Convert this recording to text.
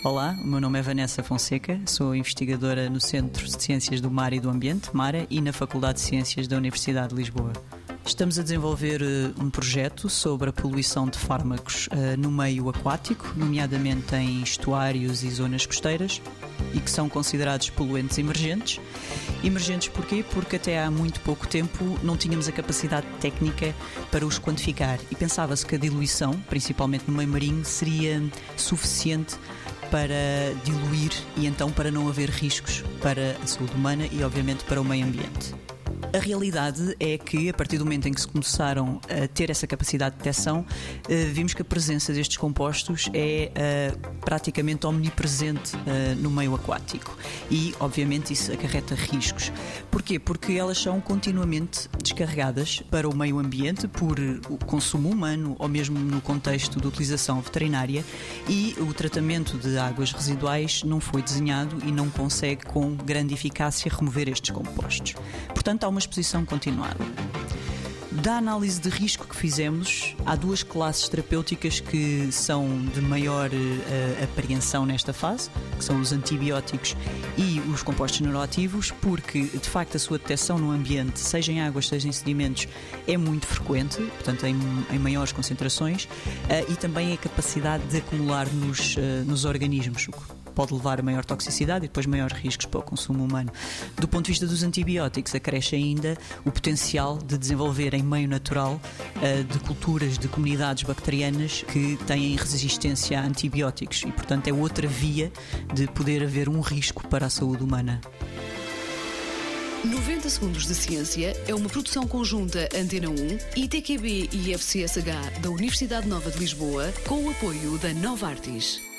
Olá, o meu nome é Vanessa Fonseca, sou investigadora no Centro de Ciências do Mar e do Ambiente, MARA, e na Faculdade de Ciências da Universidade de Lisboa. Estamos a desenvolver um projeto sobre a poluição de fármacos no meio aquático, nomeadamente em estuários e zonas costeiras, e que são considerados poluentes emergentes. Emergentes porquê? Porque até há muito pouco tempo não tínhamos a capacidade técnica para os quantificar e pensava-se que a diluição, principalmente no meio marinho, seria suficiente para diluir e então para não haver riscos para a saúde humana e obviamente para o meio ambiente. A realidade é que, a partir do momento em que se começaram a ter essa capacidade de detecção, vimos que a presença destes compostos é praticamente omnipresente no meio aquático e, obviamente, isso acarreta riscos. Porquê? Porque elas são continuamente descarregadas para o meio ambiente por o consumo humano ou mesmo no contexto de utilização veterinária, e o tratamento de águas residuais não foi desenhado e não consegue com grande eficácia remover estes compostos. Portanto, há uma exposição continuada. Da análise de risco que fizemos, há duas classes terapêuticas que são de maior apreensão nesta fase, que são os antibióticos e os compostos neuroativos, porque de facto a sua detecção no ambiente, seja em águas, seja em sedimentos, é muito frequente, portanto em maiores concentrações, e também a capacidade de acumular nos organismos, o que pode levar a maior toxicidade e depois maiores riscos para o consumo humano. Do ponto de vista dos antibióticos, acresce ainda o potencial de desenvolver em meio natural de culturas, de comunidades bacterianas que têm resistência a antibióticos e, portanto, é outra via de poder haver um risco para a saúde humana. 90 Segundos de Ciência é uma produção conjunta Antena 1, ITQB e FCSH da Universidade Nova de Lisboa, com o apoio da Novartis.